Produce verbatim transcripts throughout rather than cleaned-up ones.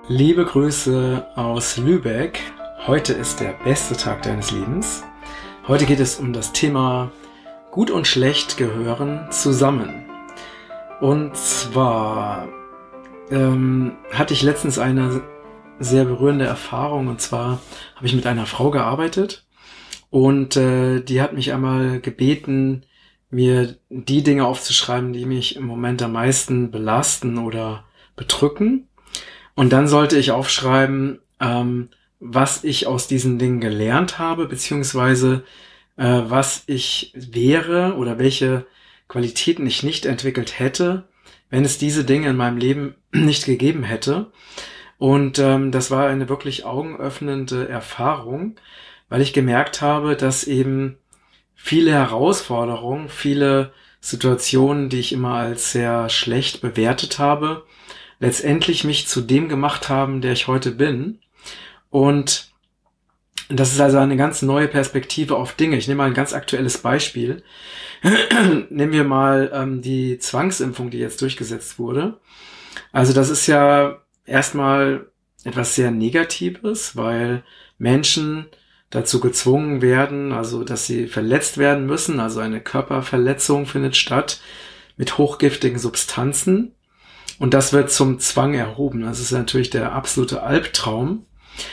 Liebe Grüße aus Lübeck. Heute ist der beste Tag deines Lebens. Heute geht es um das Thema Gut und Schlecht gehören zusammen. Und zwar ähm, hatte ich letztens eine sehr berührende Erfahrung. Und zwar habe ich mit einer Frau gearbeitet und äh, die hat mich einmal gebeten, mir die Dinge aufzuschreiben, die mich im Moment am meisten belasten oder bedrücken. Und dann sollte ich aufschreiben, ähm, was ich aus diesen Dingen gelernt habe, beziehungsweise äh, was ich wäre oder welche Qualitäten ich nicht entwickelt hätte, wenn es diese Dinge in meinem Leben nicht gegeben hätte. Und ähm, das war eine wirklich augenöffnende Erfahrung, weil ich gemerkt habe, dass eben viele Herausforderungen, viele Situationen, die ich immer als sehr schlecht bewertet habe, letztendlich mich zu dem gemacht haben, der ich heute bin. Und das ist also eine ganz neue Perspektive auf Dinge. Ich nehme mal ein ganz aktuelles Beispiel. Nehmen wir mal ähm, die Zwangsimpfung, die jetzt durchgesetzt wurde. Also das ist ja erstmal etwas sehr Negatives, weil Menschen dazu gezwungen werden, also dass sie verletzt werden müssen. Also eine Körperverletzung findet statt mit hochgiftigen Substanzen. Und das wird zum Zwang erhoben. Das ist natürlich der absolute Albtraum.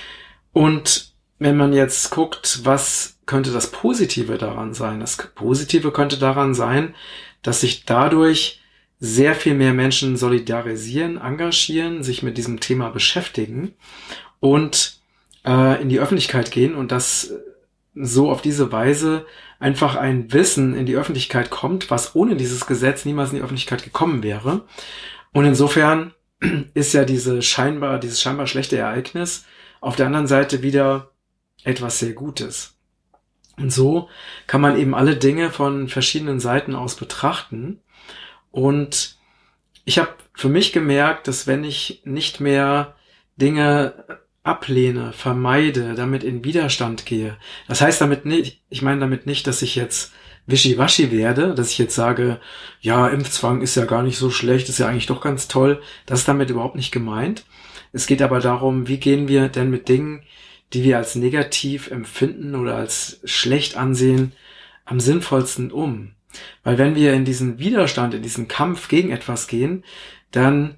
Und wenn man jetzt guckt, was könnte das Positive daran sein? Das Positive könnte daran sein, dass sich dadurch sehr viel mehr Menschen solidarisieren, engagieren, sich mit diesem Thema beschäftigen und äh, in die Öffentlichkeit gehen und dass so auf diese Weise einfach ein Wissen in die Öffentlichkeit kommt, was ohne dieses Gesetz niemals in die Öffentlichkeit gekommen wäre. Und insofern ist ja diese scheinbar, dieses scheinbar schlechte Ereignis auf der anderen Seite wieder etwas sehr Gutes. Und so kann man eben alle Dinge von verschiedenen Seiten aus betrachten. Und ich habe für mich gemerkt, dass wenn ich nicht mehr Dinge ablehne, vermeide, damit in Widerstand gehe, das heißt damit nicht, ich meine damit nicht, dass ich jetzt wischiwaschi werde, dass ich jetzt sage, ja, Impfzwang ist ja gar nicht so schlecht, ist ja eigentlich doch ganz toll. Das ist damit überhaupt nicht gemeint. Es geht aber darum, wie gehen wir denn mit Dingen, die wir als negativ empfinden oder als schlecht ansehen, am sinnvollsten um. Weil wenn wir in diesen Widerstand, in diesen Kampf gegen etwas gehen, dann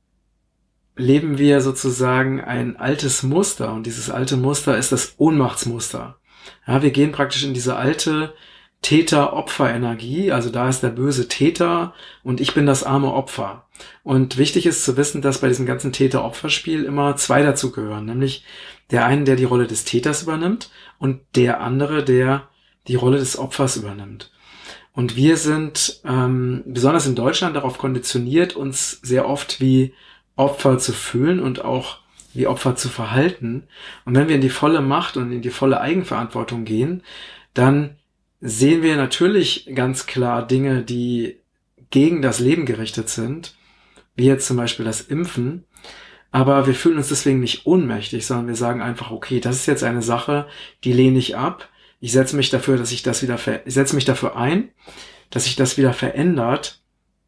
leben wir sozusagen ein altes Muster. Und dieses alte Muster ist das Ohnmachtsmuster. Ja, wir gehen praktisch in diese alte Täter-Opfer-Energie, also da ist der böse Täter und ich bin das arme Opfer. Und wichtig ist zu wissen, dass bei diesem ganzen Täter-Opfer-Spiel immer zwei dazugehören, nämlich der eine, der die Rolle des Täters übernimmt und der andere, der die Rolle des Opfers übernimmt. Und wir sind ähm, besonders in Deutschland darauf konditioniert, uns sehr oft wie Opfer zu fühlen und auch wie Opfer zu verhalten. Und wenn wir in die volle Macht und in die volle Eigenverantwortung gehen, dann sehen wir natürlich ganz klar Dinge, die gegen das Leben gerichtet sind, wie jetzt zum Beispiel das Impfen, aber wir fühlen uns deswegen nicht ohnmächtig, sondern wir sagen einfach, okay, das ist jetzt eine Sache, die lehne ich ab, ich setze mich dafür, dass ich das wieder, ver- ich setze mich dafür ein, dass sich das wieder verändert,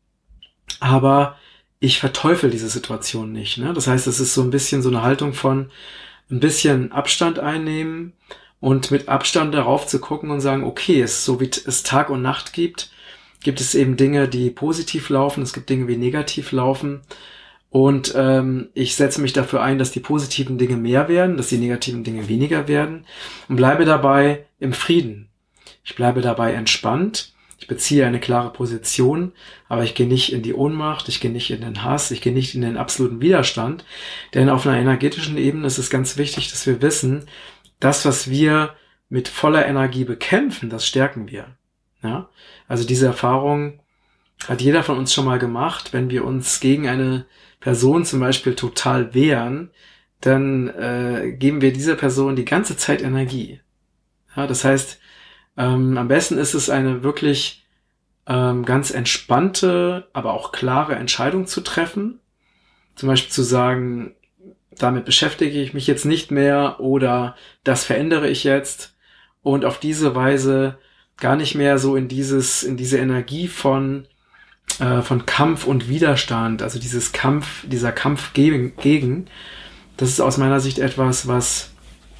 aber ich verteufel diese Situation nicht, ne? Das heißt, es ist so ein bisschen so eine Haltung von ein bisschen Abstand einnehmen, und mit Abstand darauf zu gucken und sagen, okay, es so wie es Tag und Nacht gibt, gibt es eben Dinge, die positiv laufen, es gibt Dinge, die negativ laufen. Und ähm, ich setze mich dafür ein, dass die positiven Dinge mehr werden, dass die negativen Dinge weniger werden und bleibe dabei im Frieden. Ich bleibe dabei entspannt, ich beziehe eine klare Position, aber ich gehe nicht in die Ohnmacht, ich gehe nicht in den Hass, ich gehe nicht in den absoluten Widerstand. Denn auf einer energetischen Ebene ist es ganz wichtig, dass wir wissen, das, was wir mit voller Energie bekämpfen, das stärken wir. Ja? Also diese Erfahrung hat jeder von uns schon mal gemacht. Wenn wir uns gegen eine Person zum Beispiel total wehren, dann äh, geben wir dieser Person die ganze Zeit Energie. Ja, das heißt, ähm, am besten ist es, eine wirklich ähm, ganz entspannte, aber auch klare Entscheidung zu treffen. Zum Beispiel zu sagen, damit beschäftige ich mich jetzt nicht mehr oder das verändere ich jetzt und auf diese Weise gar nicht mehr so in dieses, in diese Energie von, äh, von Kampf und Widerstand, also dieses Kampf, dieser Kampf gegen, gegen das ist aus meiner Sicht etwas, was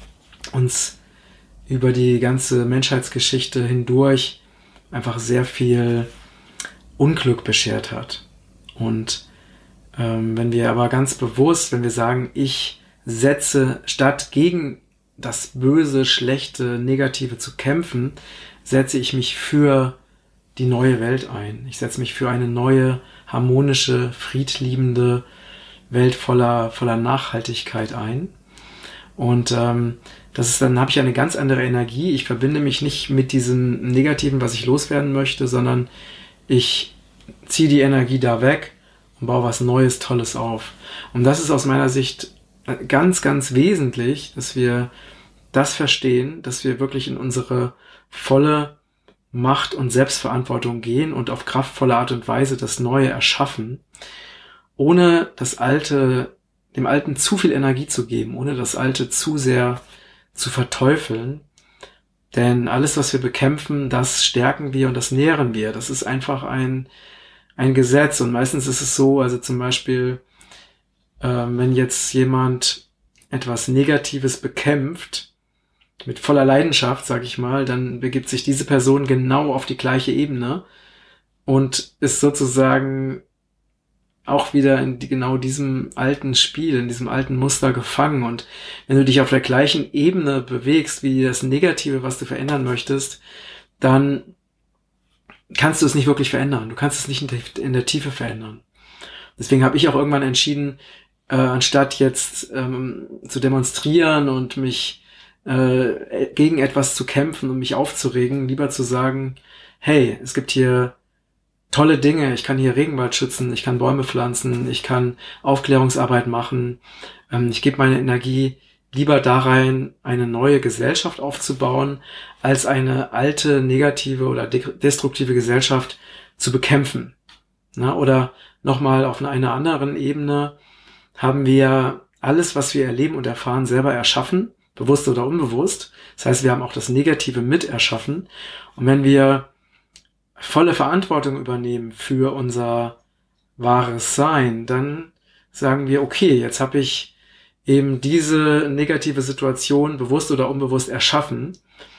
uns über die ganze Menschheitsgeschichte hindurch einfach sehr viel Unglück beschert hat. Und ähm, wenn wir aber ganz bewusst, wenn wir sagen, ich setze, statt gegen das Böse, Schlechte, Negative zu kämpfen, setze ich mich für die neue Welt ein. Ich setze mich für eine neue, harmonische, friedliebende Welt voller, voller Nachhaltigkeit ein. Und ähm, das ist, dann habe ich eine ganz andere Energie. Ich verbinde mich nicht mit diesem Negativen, was ich loswerden möchte, sondern ich ziehe die Energie da weg und baue was Neues, Tolles auf. Und das ist aus meiner Sicht ganz, ganz wesentlich, dass wir das verstehen, dass wir wirklich in unsere volle Macht und Selbstverantwortung gehen und auf kraftvolle Art und Weise das Neue erschaffen, ohne das Alte, dem Alten zu viel Energie zu geben, ohne das Alte zu sehr zu verteufeln. Denn alles, was wir bekämpfen, das stärken wir und das nähren wir. Das ist einfach ein, ein Gesetz. Und meistens ist es so, also zum Beispiel, äh, wenn jetzt jemand etwas Negatives bekämpft, mit voller Leidenschaft, sag ich mal, dann begibt sich diese Person genau auf die gleiche Ebene und ist sozusagen auch wieder in die, genau diesem alten Spiel, in diesem alten Muster gefangen. Und wenn du dich auf der gleichen Ebene bewegst, wie das Negative, was du verändern möchtest, dann kannst du es nicht wirklich verändern. Du kannst es nicht in der, in der Tiefe verändern. Deswegen habe ich auch irgendwann entschieden, äh, anstatt jetzt ähm, zu demonstrieren und mich äh, gegen etwas zu kämpfen und mich aufzuregen, lieber zu sagen, hey, es gibt hier tolle Dinge, ich kann hier Regenwald schützen, ich kann Bäume pflanzen, ich kann Aufklärungsarbeit machen, ähm, ich gebe meine Energie lieber da rein, eine neue Gesellschaft aufzubauen, als eine alte, negative oder de- destruktive Gesellschaft zu bekämpfen. Na, oder nochmal auf einer anderen Ebene haben wir alles, was wir erleben und erfahren, selber erschaffen, bewusst oder unbewusst. Das heißt, wir haben auch das Negative mit erschaffen. Und wenn wir volle Verantwortung übernehmen für unser wahres Sein, dann sagen wir, okay, jetzt habe ich eben diese negative Situation bewusst oder unbewusst erschaffen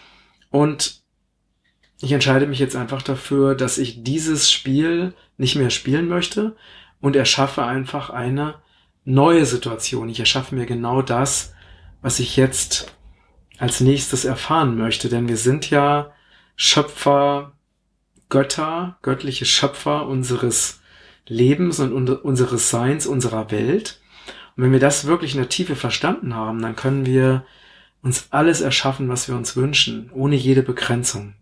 und ich entscheide mich jetzt einfach dafür, dass ich dieses Spiel nicht mehr spielen möchte und erschaffe einfach eine neue Situation. Ich erschaffe mir genau das, was ich jetzt als nächstes erfahren möchte, denn wir sind ja Schöpfer, Götter, göttliche Schöpfer unseres Lebens und unseres Seins, unserer Welt. Und wenn wir das wirklich in der Tiefe verstanden haben, dann können wir uns alles erschaffen, was wir uns wünschen, ohne jede Begrenzung.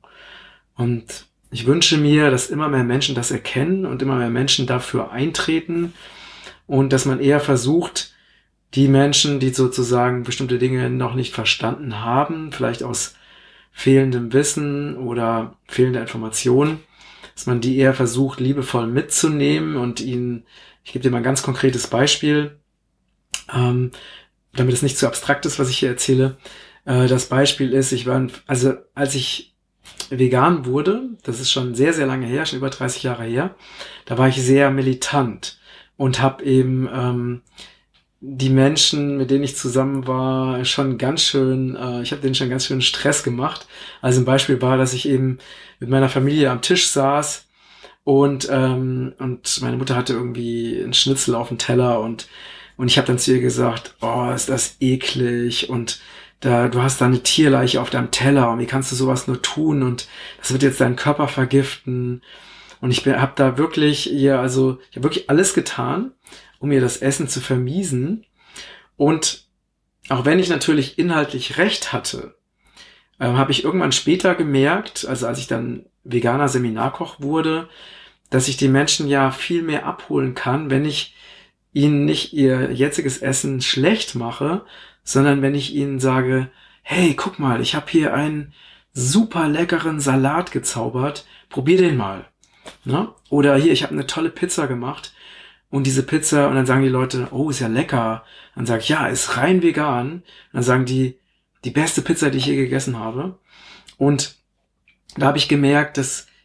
Und ich wünsche mir, dass immer mehr Menschen das erkennen und immer mehr Menschen dafür eintreten und dass man eher versucht, die Menschen, die sozusagen bestimmte Dinge noch nicht verstanden haben, vielleicht aus fehlendem Wissen oder fehlender Information, dass man die eher versucht, liebevoll mitzunehmen und ihnen, ich gebe dir mal ein ganz konkretes Beispiel, ähm, damit es nicht zu abstrakt ist, was ich hier erzähle. Äh, das Beispiel ist, ich war, also als ich vegan wurde, das ist schon sehr, sehr lange her, schon über dreißig Jahre her, da war ich sehr militant und habe eben ähm, die Menschen, mit denen ich zusammen war, schon ganz schön, äh, ich habe denen schon ganz schön Stress gemacht. Also ein Beispiel war, dass ich eben mit meiner Familie am Tisch saß und ähm, und meine Mutter hatte irgendwie einen Schnitzel auf dem Teller und und ich habe dann zu ihr gesagt, oh, ist das eklig und da du hast da eine Tierleiche auf deinem Teller und wie kannst du sowas nur tun und das wird jetzt deinen Körper vergiften. Und ich habe da wirklich ihr, also ich habe wirklich alles getan, um ihr das Essen zu vermiesen. Und auch wenn ich natürlich inhaltlich recht hatte, äh, habe ich irgendwann später gemerkt, also als ich dann veganer Seminarkoch wurde, dass ich die Menschen ja viel mehr abholen kann, wenn ich ihnen nicht ihr jetziges Essen schlecht mache, sondern wenn ich ihnen sage, hey, guck mal, ich habe hier einen super leckeren Salat gezaubert, probier den mal. Ne? Oder hier, ich habe eine tolle Pizza gemacht. Und diese Pizza, und dann sagen die Leute, oh, ist ja lecker. Dann sage ich, ja, ist rein vegan. Und dann sagen die, die beste Pizza, die ich je gegessen habe. Und da habe ich gemerkt, dass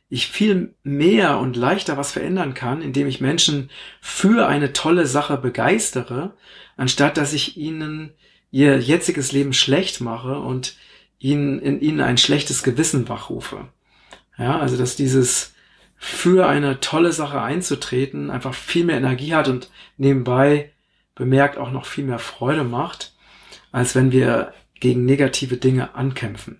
ich viel mehr und leichter was verändern kann, indem ich Menschen für eine tolle Sache begeistere, anstatt dass ich ihnen ihr jetziges Leben schlecht mache und ihnen, in ihnen ein schlechtes Gewissen wachrufe. Ja, also dass dieses für eine tolle Sache einzutreten einfach viel mehr Energie hat und nebenbei bemerkt auch noch viel mehr Freude macht, als wenn wir gegen negative Dinge ankämpfen.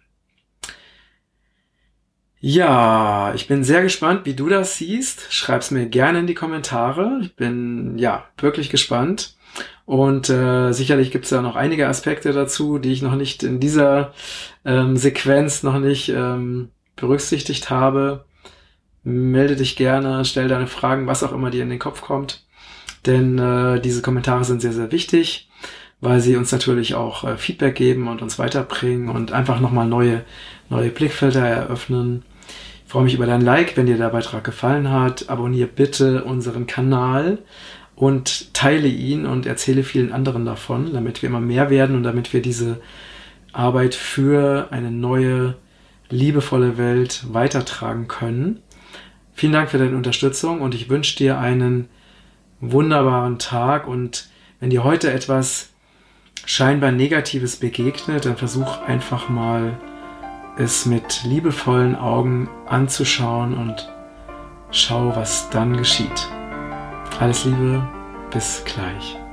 Ja, ich bin sehr gespannt, wie du das siehst. Schreib's mir gerne in die Kommentare. Ich bin, ja, wirklich gespannt. Und äh, sicherlich gibt's da noch einige Aspekte dazu, die ich noch nicht in dieser ähm, Sequenz noch nicht ähm, berücksichtigt habe. Melde dich gerne, stell deine Fragen, was auch immer dir in den Kopf kommt. Denn äh, diese Kommentare sind sehr, sehr wichtig, weil sie uns natürlich auch äh, Feedback geben und uns weiterbringen und einfach nochmal neue, neue Blickfelder eröffnen. Ich freue mich über dein Like, wenn dir der Beitrag gefallen hat. Abonniere bitte unseren Kanal und teile ihn und erzähle vielen anderen davon, damit wir immer mehr werden und damit wir diese Arbeit für eine neue, liebevolle Welt weitertragen können. Vielen Dank für deine Unterstützung und ich wünsche dir einen wunderbaren Tag, und wenn dir heute etwas scheinbar Negatives begegnet, dann versuch einfach mal, es mit liebevollen Augen anzuschauen und schau, was dann geschieht. Alles Liebe, bis gleich.